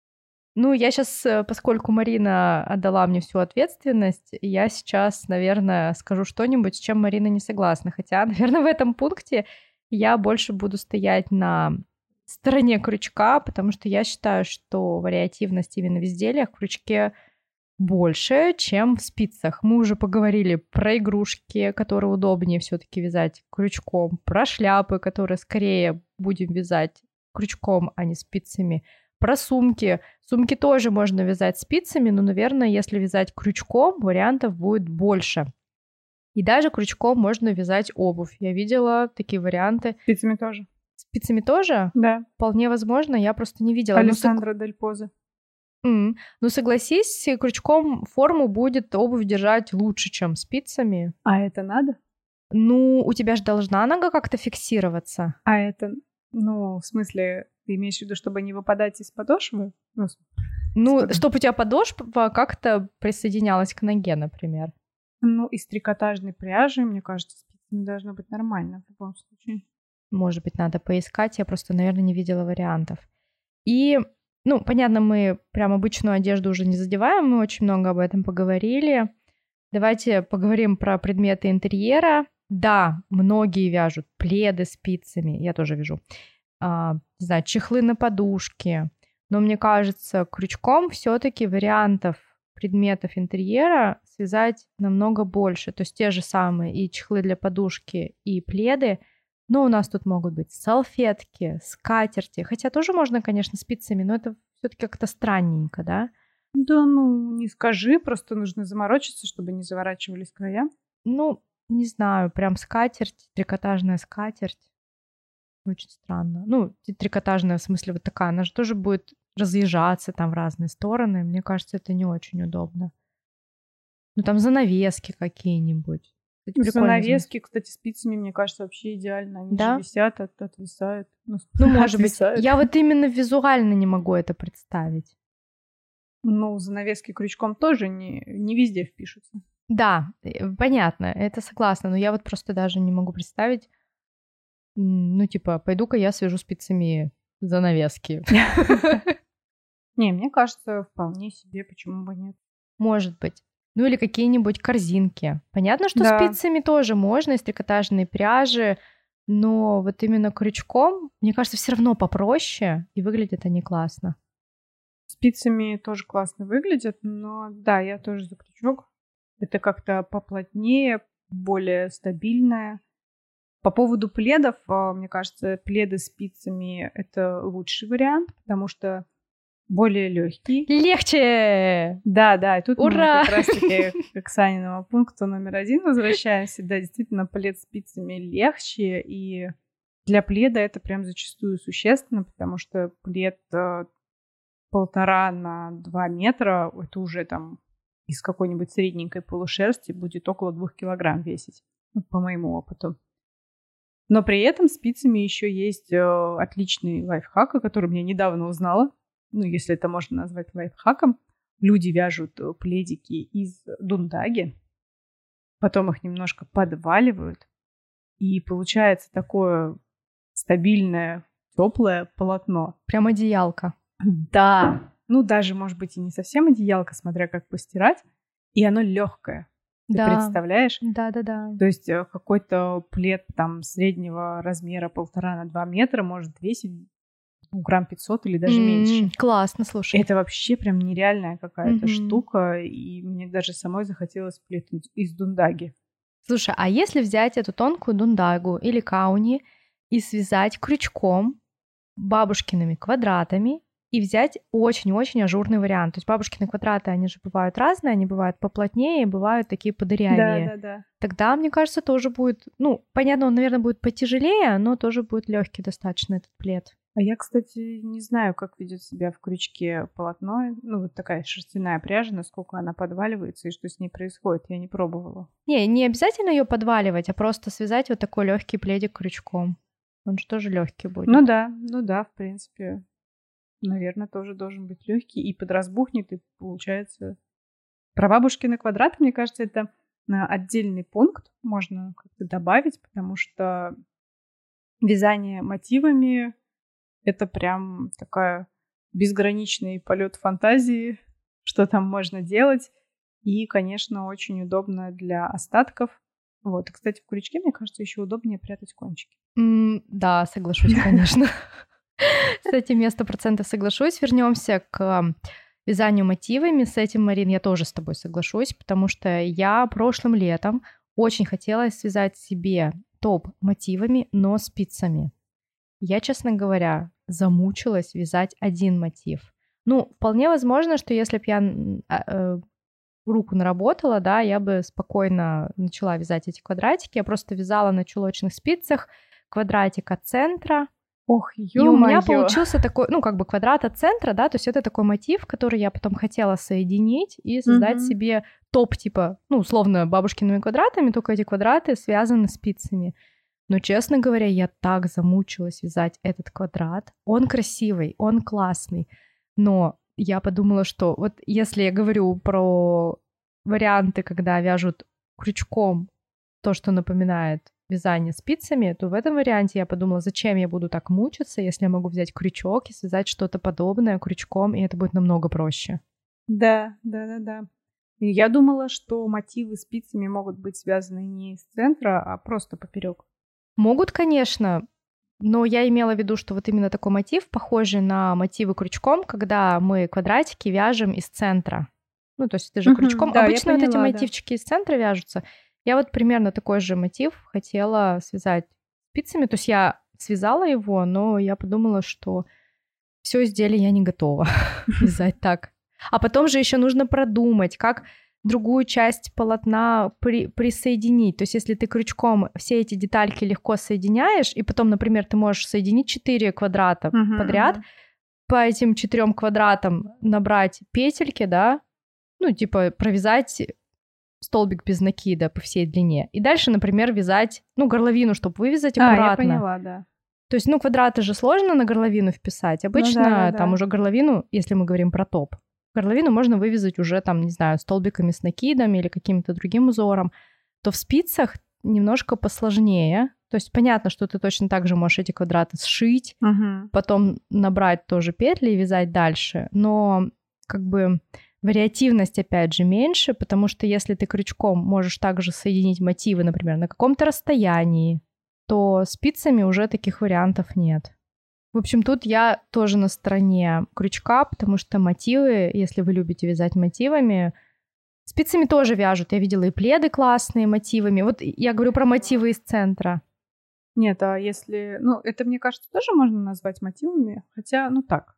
Ну, я сейчас, поскольку Марина отдала мне всю ответственность, я сейчас, наверное, скажу что-нибудь, с чем Марина не согласна. Хотя, наверное, в этом пункте я больше буду стоять на стороне крючка, потому что я считаю, что вариативность именно в изделиях в крючке больше, чем в спицах. Мы уже поговорили про игрушки, которые удобнее все-таки вязать крючком, про шляпы, которые скорее будем вязать крючком, а не спицами, про сумки. Сумки тоже можно вязать спицами, но, наверное, если вязать крючком, вариантов будет больше. И даже крючком можно вязать обувь. Я видела такие варианты. Спицами тоже. Спицами тоже? Да. Вполне возможно, я просто не видела. Алессандро Дель Позо. Ну, согласись, крючком форму будет обувь держать лучше, чем спицами. А это надо? Ну, у тебя же должна нога как-то фиксироваться. А это, в смысле, ты имеешь в виду, чтобы не выпадать из подошвы? Чтобы у тебя подошва как-то присоединялась к ноге, например. Из трикотажной пряжи, мне кажется, спицами должно быть нормально в любом случае. Может быть, надо поискать. Я просто, наверное, не видела вариантов. И, понятно, мы прям обычную одежду уже не задеваем, мы очень много об этом поговорили. Давайте поговорим про предметы интерьера. Да, многие вяжут пледы спицами, я тоже вяжу. Не знаю, чехлы на подушки. Но мне кажется, крючком все-таки вариантов предметов интерьера связать намного больше. То есть те же самые и чехлы для подушки, и пледы. Но у нас тут могут быть салфетки, скатерти. Хотя тоже можно, конечно, спицами, но это все-таки как-то странненько, да? Да, не скажи, просто нужно заморочиться, чтобы не заворачивались края. Не знаю, прям скатерть, трикотажная скатерть. Очень странно. Трикотажная, в смысле, вот такая, она же тоже будет разъезжаться там в разные стороны. Мне кажется, это не очень удобно. Там занавески какие-нибудь. Занавески, кстати, спицами, мне кажется, вообще идеально. Они же висят, отвисают. Может быть. Я вот именно визуально не могу это представить. Занавески крючком тоже не везде впишутся. Да, понятно, это согласна. Но я вот просто даже не могу представить. Пойду-ка я свяжу спицами занавески. Не, мне кажется, вполне себе, почему бы нет. Может быть. Или какие-нибудь корзинки. Понятно, что спицами тоже можно, из трикотажной пряжи, но вот именно крючком, мне кажется, все равно попроще, и выглядит они классно. Спицами тоже классно выглядят, но да, я тоже за крючок. Это как-то поплотнее, более стабильное. По поводу пледов, мне кажется, пледы спицами — это лучший вариант, потому что более легкий. Легче! Да, и тут Ура! мы как раз-таки к Саниному пункту номер 1 возвращаемся. Да, действительно, плед спицами легче, и для пледа это прям зачастую существенно, потому что плед 1,5 на 2 метра, это уже там из какой-нибудь средненькой полушерсти будет около 2 килограмм весить, по моему опыту. Но при этом спицами еще есть отличный лайфхак, о котором я недавно узнала. Если это можно назвать лайфхаком. Люди вяжут пледики из дундаги, потом их немножко подваливают, и получается такое стабильное, теплое полотно. Прям одеялка. Да. Даже, может быть, и не совсем одеялка, смотря как постирать. И оно легкое. Ты представляешь? Да. То есть какой-то плед там среднего размера 1,5 на 2 метра может весить грамм 500 или даже меньше. Классно, слушай. Это вообще прям нереальная какая-то штука, и мне даже самой захотелось плед из дундаги. Слушай, а если взять эту тонкую дундагу или кауни и связать крючком бабушкиными квадратами и взять очень-очень ажурный вариант? То есть бабушкины квадраты, они же бывают разные, они бывают поплотнее, бывают такие подырявее. Да. Тогда, мне кажется, тоже будет, понятно, он, наверное, будет потяжелее, но тоже будет легкий достаточно этот плед. А я, кстати, не знаю, как ведет себя в крючке полотно. Вот такая шерстяная пряжа, насколько она подваливается и что с ней происходит. Я не пробовала. Не обязательно ее подваливать, а просто связать вот такой легкий пледик крючком. Он же тоже легкий будет. Ну да, в принципе, наверное, тоже должен быть легкий и подразбухнет, и получается. Про бабушкины квадраты, мне кажется, это отдельный пункт можно как-то добавить, потому что вязание мотивами — это прям такая безграничный полет фантазии, что там можно делать. И, конечно, очень удобно для остатков. Вот. И, кстати, в крючке, мне кажется, еще удобнее прятать кончики. Да, соглашусь, конечно. Кстати, я 100% соглашусь. Вернемся к вязанию мотивами. С этим, Марин, я тоже с тобой соглашусь, потому что я прошлым летом очень хотела связать себе топ мотивами, но спицами. Я, честно говоря, замучилась вязать один мотив. Ну, вполне возможно, что если бы я руку наработала, да, я бы спокойно начала вязать эти квадратики. Я просто вязала на чулочных спицах квадратик от центра. Ох, и у меня получился такой, квадрат от центра, да, то есть это такой мотив, который я потом хотела соединить и создать себе топ, типа, условно, бабушкиными квадратами, только эти квадраты связаны спицами. Но, честно говоря, я так замучилась вязать этот квадрат. Он красивый, он классный, но я подумала, что вот если я говорю про варианты, когда вяжут крючком то, что напоминает вязание спицами, то в этом варианте я подумала, зачем я буду так мучиться, если я могу взять крючок и связать что-то подобное крючком, и это будет намного проще. Да. И я думала, что мотивы спицами могут быть связаны не из центра, а просто поперек. Могут, конечно, но я имела в виду, что вот именно такой мотив, похожий на мотивы крючком, когда мы квадратики вяжем из центра. Ну, то есть это же крючком. Да, обычно поняла, вот эти мотивчики из центра вяжутся. Я вот примерно такой же мотив хотела связать спицами. То есть я связала его, но я подумала, что все изделие я не готова вязать так. А потом же еще нужно продумать, как другую часть полотна присоединить. То есть если ты крючком все эти детальки легко соединяешь, и потом, например, ты можешь соединить 4 квадрата подряд, по этим 4 квадратам набрать петельки, да, провязать столбик без накида по всей длине. И дальше, например, вязать, горловину, чтобы вывязать аккуратно. Я поняла, да. То есть, квадраты же сложно на горловину вписать. Обычно там уже горловину, если мы говорим про топ, горловину можно вывязать уже там, не знаю, столбиками с накидами или каким-то другим узором. То в спицах немножко посложнее. То есть понятно, что ты точно так же можешь эти квадраты сшить, потом набрать тоже петли и вязать дальше. Но вариативность, опять же, меньше, потому что если ты крючком можешь также соединить мотивы, например, на каком-то расстоянии, то спицами уже таких вариантов нет. В общем, тут я тоже на стороне крючка, потому что мотивы, если вы любите вязать мотивами, спицами тоже вяжут. Я видела и пледы классные мотивами. Вот я говорю про мотивы из центра. Нет, а если... это, мне кажется, тоже можно назвать мотивами, хотя, так.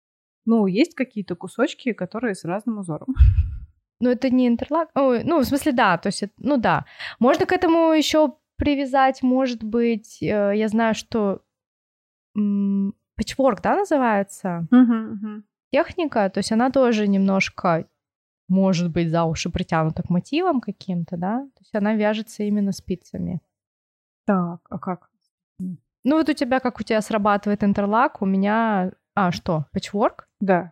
Есть какие-то кусочки, которые с разным узором. Это не интерлак. В смысле, да. То есть, да. Можно к этому еще привязать, может быть, я знаю, что пэтчворк, да, называется? Техника. То есть она тоже немножко, может быть, за уши притянута к мотивам каким-то, да? То есть она вяжется именно спицами. Так, а как? Вот у тебя срабатывает интерлак, у меня... что, пэтчворк? Да.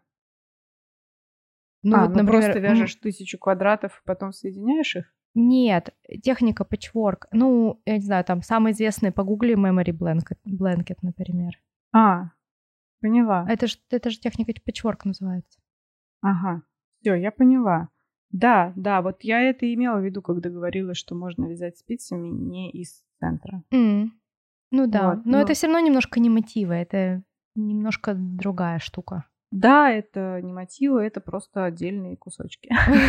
Например, просто вяжешь 1000 квадратов, потом соединяешь их? Нет, техника пэтчворк. Я не знаю, там самый известный, погугли Memory Blanket, например. Поняла. Это же техника пэтчворк называется. Ага, все, я поняла. Да, вот я это имела в виду, когда говорила, что можно вязать спицами не из центра. Да, но это все равно немножко не мотивы, это немножко другая штука. Да, это не мотивы, это просто отдельные кусочки.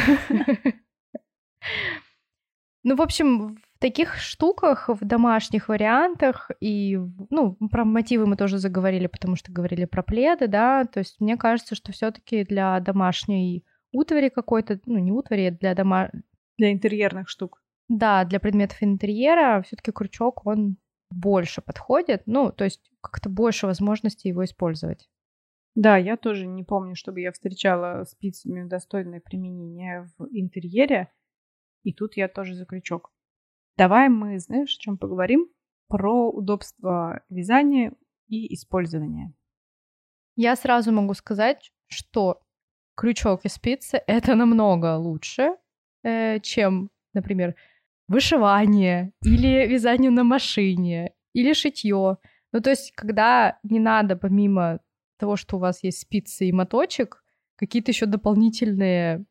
В общем, в таких штуках, в домашних вариантах, и, про мотивы мы тоже заговорили, потому что говорили про пледы, да, то есть мне кажется, что все-таки для домашней утвари какой-то, не утвари, а для интерьерных штук. Да, для предметов интерьера все-таки крючок, он больше подходит, то есть как-то больше возможностей его использовать. Да, я тоже не помню, чтобы я встречала спицами достойное применение в интерьере. И тут я тоже за крючок. Давай мы, знаешь, о чем поговорим? Про удобство вязания и использования. Я сразу могу сказать, что крючок и спицы — это намного лучше, чем, например, вышивание или вязание на машине или шитье. То есть, когда не надо помимо того, что у вас есть спицы и моточек, какие-то еще дополнительные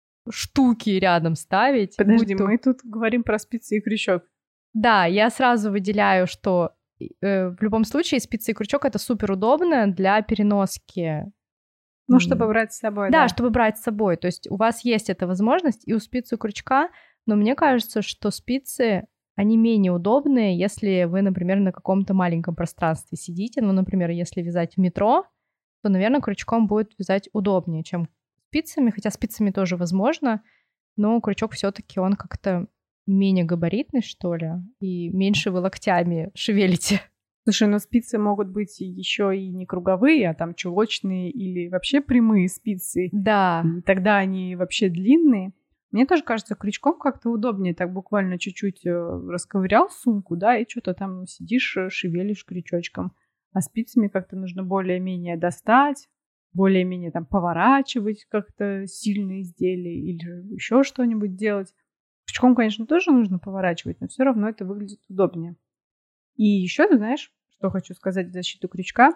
штуки рядом ставить. Подожди, мы тут говорим про спицы и крючок. Да, я сразу выделяю, что в любом случае спицы и крючок — это супер удобно для переноски. Ну, чтобы брать с собой, да. Да, чтобы брать с собой. То есть у вас есть эта возможность и у спиц и крючка, но мне кажется, что спицы, они менее удобные, если вы, например, на каком-то маленьком пространстве сидите. Ну, например, если вязать в метро, то, наверное, крючком будет вязать удобнее, чем спицами, хотя спицами тоже возможно, но крючок все-таки он как-то менее габаритный, что ли, и меньше вы локтями шевелите. Слушай, но спицы могут быть еще и не круговые, а там чулочные или вообще прямые спицы. Да. И тогда они вообще длинные. Мне тоже кажется, крючком как-то удобнее. Так буквально чуть-чуть расковырял сумку, да, и что-то там сидишь, шевелишь крючочком. А спицами как-то нужно более-менее достать, более-менее там поворачивать как-то сильные изделия или еще что-нибудь делать. Крючком, конечно, тоже нужно поворачивать, но все равно это выглядит удобнее. И еще, ты знаешь, что хочу сказать в защиту крючка?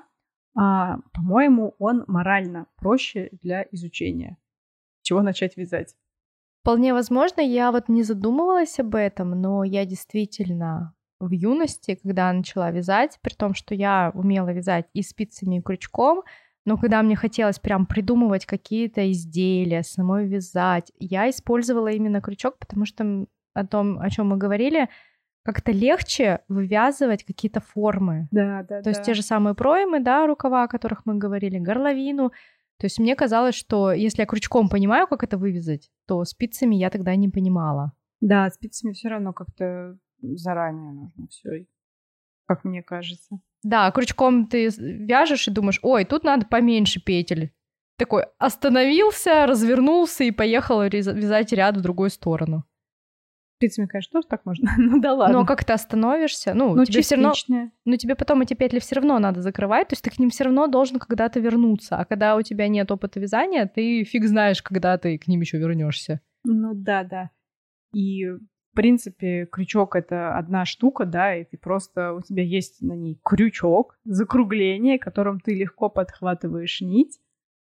По-моему, он морально проще для изучения. С чего начать вязать? Вполне возможно, я вот не задумывалась об этом, но я действительно в юности, когда начала вязать, при том, что я умела вязать и спицами, и крючком, но когда мне хотелось прям придумывать какие-то изделия, самой вязать, я использовала именно крючок, потому что о том, о чем мы говорили, как-то легче вывязывать какие-то формы. Да. То есть те же самые проймы, да, рукава, о которых мы говорили, горловину. То есть мне казалось, что если я крючком понимаю, как это вывязать, то спицами я тогда не понимала. Да, спицами все равно как-то заранее нужно все, как мне кажется. Да, крючком ты вяжешь и думаешь, ой, тут надо поменьше петель. Такой остановился, развернулся и поехал вязать ряд в другую сторону. Спицами, конечно, тоже так можно. Ну да ладно. Но как ты остановишься, тебе все равно, тебе потом эти петли все равно надо закрывать, то есть ты к ним все равно должен когда-то вернуться. А когда у тебя нет опыта вязания, ты фиг знаешь, когда ты к ним еще вернешься. Ну да. И в принципе крючок — это одна штука, да, и ты просто у тебя есть на ней крючок, закругление, которым ты легко подхватываешь нить.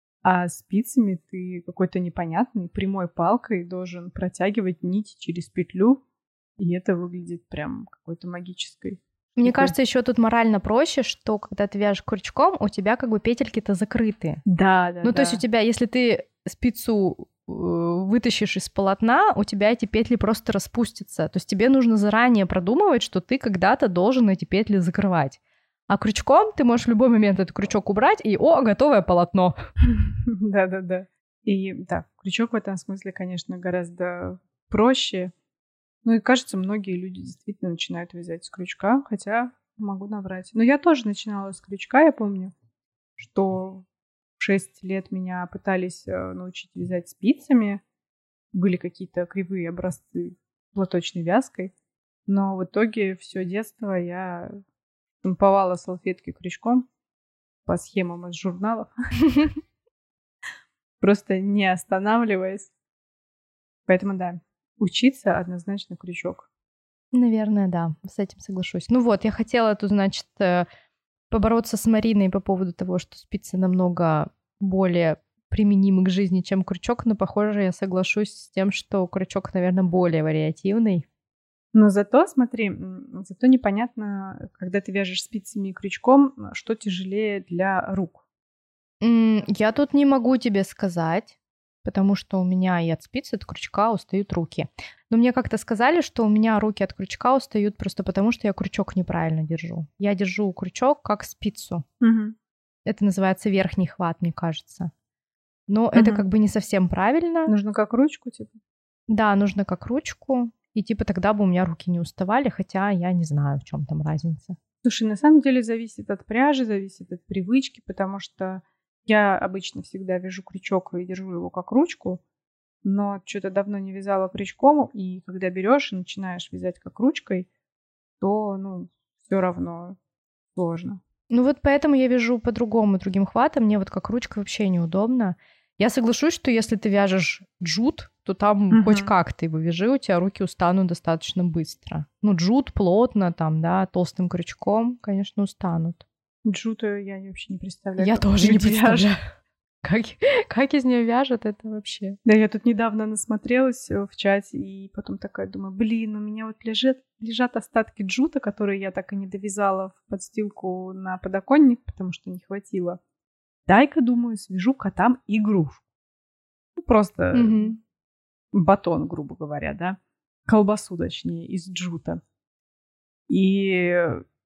А спицами ты какой-то непонятной прямой палкой должен протягивать нить через петлю, и это выглядит прям какой-то магической. Мне кажется, еще тут морально проще, что когда ты вяжешь крючком, у тебя как бы петельки-то закрыты. Да. То есть у тебя, если ты спицу вытащишь из полотна, у тебя эти петли просто распустятся. То есть тебе нужно заранее продумывать, что ты когда-то должен эти петли закрывать. А крючком ты можешь в любой момент этот крючок убрать, и готовое полотно. Да. И да, крючок в этом смысле, конечно, гораздо проще. Ну и, кажется, многие люди действительно начинают вязать с крючка, хотя могу наврать. Но я тоже начинала с крючка, я помню, что в 6 лет меня пытались научить вязать спицами. Были какие-то кривые образцы платочной вязкой. Но в итоге все детство я штамповала салфетки крючком по схемам из журналов, просто не останавливаясь. Поэтому да, учиться однозначно крючок. Наверное, да, с этим соглашусь. Ну вот, я хотела тут, значит, побороться с Мариной по поводу того, что спицы намного более применимы к жизни, чем крючок, но, похоже, я соглашусь с тем, что крючок, наверное, более вариативный. Но зато, смотри, непонятно, когда ты вяжешь спицами и крючком, что тяжелее для рук. Я тут не могу тебе сказать, потому что у меня и от спиц, и от крючка устают руки. Но мне как-то сказали, что у меня руки от крючка устают просто потому, что я крючок неправильно держу. Я держу крючок как спицу. Угу. Это называется верхний хват, мне кажется. Но это как бы не совсем правильно. Нужно как ручку, типа? Да, нужно как ручку. И типа тогда бы у меня руки не уставали, хотя я не знаю, в чем там разница. Слушай, на самом деле зависит от пряжи, зависит от привычки, потому что я обычно всегда вяжу крючок и держу его как ручку, но что-то давно не вязала крючком, и когда берешь и начинаешь вязать как ручкой, то, все равно сложно. Ну вот поэтому я вяжу по-другому, другим хватом. Мне вот как ручка вообще неудобно. Я соглашусь, что если ты вяжешь джут, то там хоть как ты его вяжи, у тебя руки устанут достаточно быстро. Ну, джут плотно там, да, толстым крючком, конечно, устанут. Джута я вообще не представляю. Я тоже не люди представляю. вяжут. Как из нее вяжут это вообще? Да, я тут недавно насмотрелась в чате, и потом такая думаю, блин, у меня вот лежат остатки джута, которые я так и не довязала в подстилку на подоконник, потому что не хватило. Дай-ка, думаю, свяжу котам игрушку. Ну, просто батон, грубо говоря, да? Колбасу, точнее, из джута. И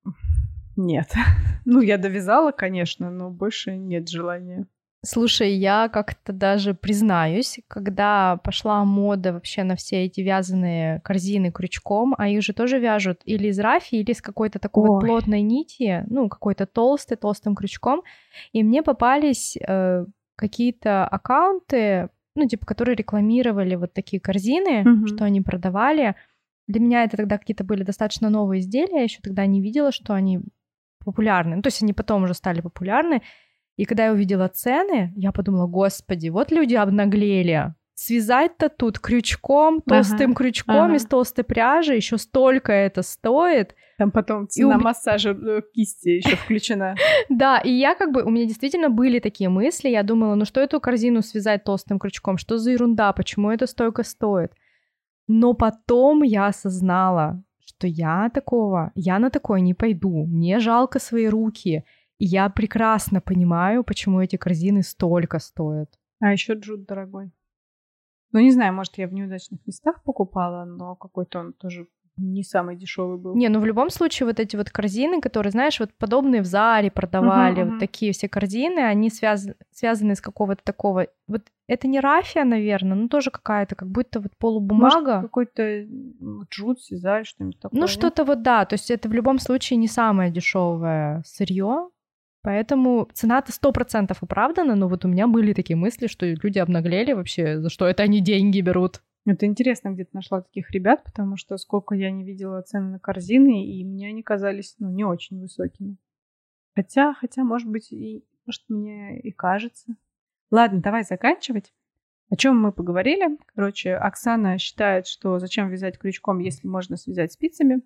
нет. Ну, я довязала, конечно, но больше нет желания. Слушай, я как-то даже признаюсь, когда пошла мода вообще на все эти вязаные корзины крючком, а их же тоже вяжут или из рафии, или из какой-то такой вот плотной нити, ну, какой-то толстым крючком, и мне попались какие-то аккаунты, ну, типа, которые рекламировали вот такие корзины, что они продавали. Для меня это тогда какие-то были достаточно новые изделия, я еще тогда не видела, что они популярны. Ну, то есть они потом уже стали популярны. И когда я увидела цены, я подумала, господи, вот люди обнаглели. Связать-то тут крючком, толстым крючком из толстой пряжи, еще столько это стоит. Там потом цена массажа кисти еще включена. Да, и я у меня действительно были такие мысли. Я думала, ну что эту корзину связать толстым крючком? Что за ерунда? Почему это столько стоит? Но потом я осознала, что я на такое не пойду. Мне жалко свои руки. И я прекрасно понимаю, почему эти корзины столько стоят. А еще джут дорогой. Ну, не знаю, может, я в неудачных местах покупала, но какой-то он тоже не самый дешевый был. Не, ну в любом случае вот эти вот корзины, которые, знаешь, вот подобные в Заре продавали, вот такие все корзины, они связаны из какого-то такого... Вот это не рафия, наверное, но тоже какая-то, как будто вот полубумага. Может, какой-то джут, сизаль, что-нибудь такое. Ну, что-то вот, да, то есть это в любом случае не самое дешевое сырье. Поэтому цена-то 100% оправдана, но вот у меня были такие мысли, что люди обнаглели вообще, за что это они деньги берут. Это интересно, где-то нашла таких ребят, потому что сколько я не видела цены на корзины, и мне они казались, не очень высокими. Хотя, может быть, мне и кажется. Ладно, давай заканчивать. О чем мы поговорили? Короче, Оксана считает, что зачем вязать крючком, если можно связать спицами.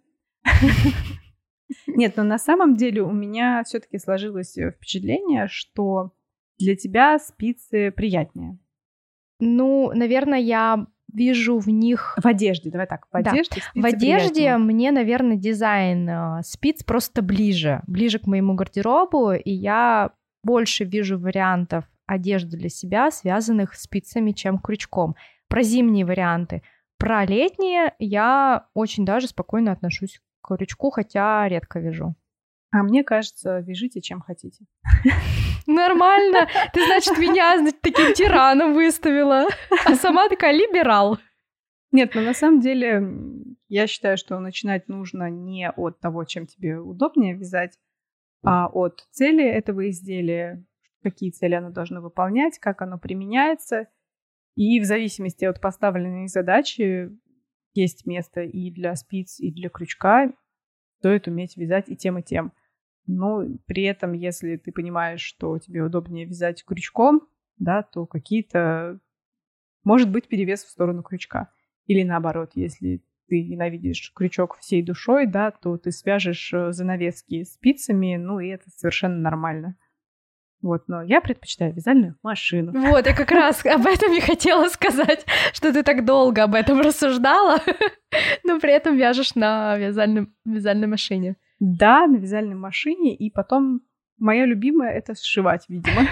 Нет, но на самом деле у меня все-таки сложилось впечатление, что для тебя спицы приятнее. Ну, наверное, я вижу в них... В одежде, давай так, в одежде спицы В одежде приятнее. мне, наверное, дизайн спиц просто ближе к моему гардеробу, и я больше вижу вариантов одежды для себя, связанных спицами, чем крючком. Про зимние варианты. Про летние я очень даже спокойно отношусь к крючку, хотя редко вяжу. А мне кажется, вяжите, чем хотите. Нормально. Ты, значит, меня таким тираном выставила. А сама такая либерал. Нет, на самом деле я считаю, что начинать нужно не от того, чем тебе удобнее вязать, а от цели этого изделия, какие цели оно должно выполнять, как оно применяется. И в зависимости от поставленной задачи есть место и для спиц, и для крючка. Стоит уметь вязать и тем, и тем. Но при этом, если ты понимаешь, что тебе удобнее вязать крючком, да, то какие-то... Может быть перевес в сторону крючка. Или наоборот, если ты ненавидишь крючок всей душой, да, то ты свяжешь занавески спицами, и это совершенно нормально. Вот, но я предпочитаю вязальную машину. Вот, я как раз об этом и хотела сказать, что ты так долго об этом рассуждала, но при этом вяжешь на вязальной машине. Да, на вязальной машине, и потом моя любимая — это сшивать, видимо.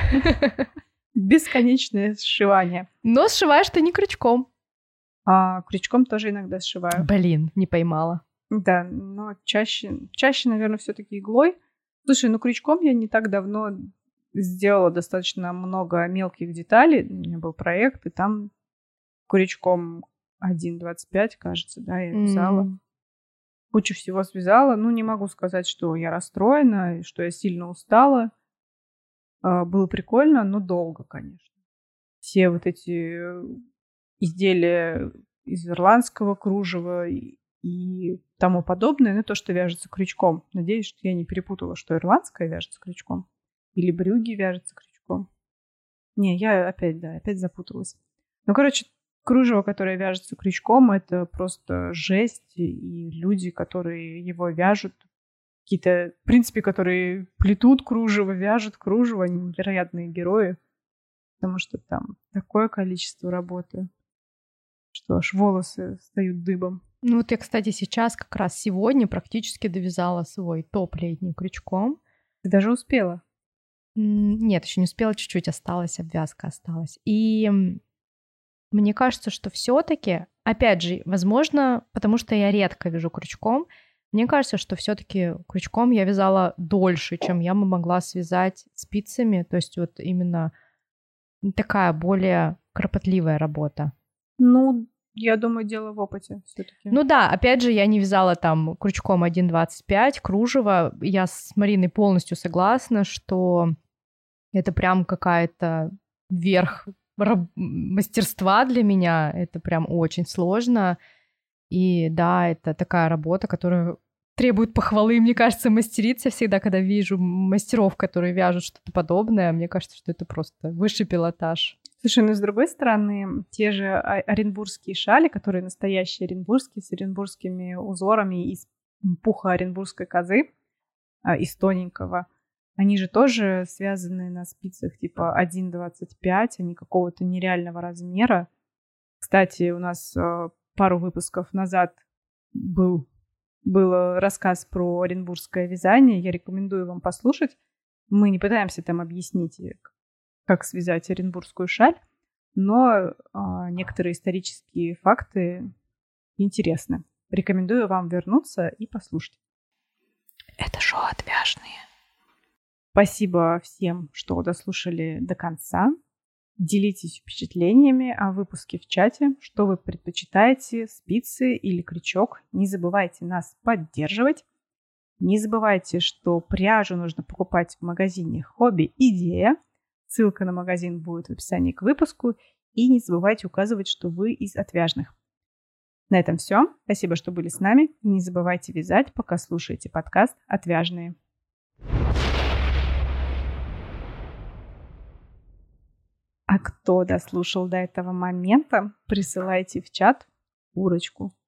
Бесконечное сшивание. Но сшиваешь ты не крючком. А крючком тоже иногда сшиваю. Блин, не поймала. Да, но чаще, наверное, все-таки иглой. Слушай, крючком я не так давно сделала достаточно много мелких деталей. У меня был проект, и там крючком 1,25, кажется, да, я вязала. Кучу всего связала. Не могу сказать, что я расстроена, что я сильно устала. Было прикольно, но долго, конечно. Все вот эти изделия из ирландского кружева и тому подобное, то, что вяжется крючком. Надеюсь, что я не перепутала, что ирландское вяжется крючком. Или брюги вяжется крючком. Не, я опять запуталась. Кружево, которое вяжется крючком, это просто жесть. И люди, которые его вяжут, какие-то, в принципе, которые плетут кружево, вяжут кружево, они невероятные герои, потому что там такое количество работы, что аж волосы встают дыбом. Ну вот я, кстати, сейчас как раз сегодня практически довязала свой топ летний крючком. Ты даже успела? Нет, еще не успела, чуть-чуть осталось, обвязка осталась. И мне кажется, что все-таки, опять же, возможно, потому что я редко вяжу крючком, мне кажется, что все-таки крючком я вязала дольше, чем я бы могла связать спицами. То есть вот именно такая более кропотливая работа. Ну, я думаю, дело в опыте все-таки. Ну да, опять же, я не вязала там крючком 1,25 кружево. Я с Мариной полностью согласна, что это прям какая-то верх мастерства для меня. Это прям очень сложно. И да, это такая работа, которая требует похвалы. Мне кажется, мастерица всегда, когда вижу мастеров, которые вяжут что-то подобное, мне кажется, что это просто высший пилотаж. Слушай, ну с другой стороны, те же оренбургские шали, которые настоящие оренбургские, с оренбургскими узорами из пуха оренбургской козы, из тоненького, они же тоже связаны на спицах типа 1,25, они какого-то нереального размера. Кстати, у нас пару выпусков назад был рассказ про оренбургское вязание. Я рекомендую вам послушать. Мы не пытаемся там объяснить, как связать оренбургскую шаль, но некоторые исторические факты интересны. Рекомендую вам вернуться и послушать. Это шоу «Отвяжные». Спасибо всем, что дослушали до конца. Делитесь впечатлениями о выпуске в чате, что вы предпочитаете, спицы или крючок. Не забывайте нас поддерживать. Не забывайте, что пряжу нужно покупать в магазине Хобби Идея. Ссылка на магазин будет в описании к выпуску. И не забывайте указывать, что вы из отвяжных. На этом все. Спасибо, что были с нами. И не забывайте вязать, пока слушаете подкаст «Отвяжные». А кто дослушал до этого момента, присылайте в чат курочку.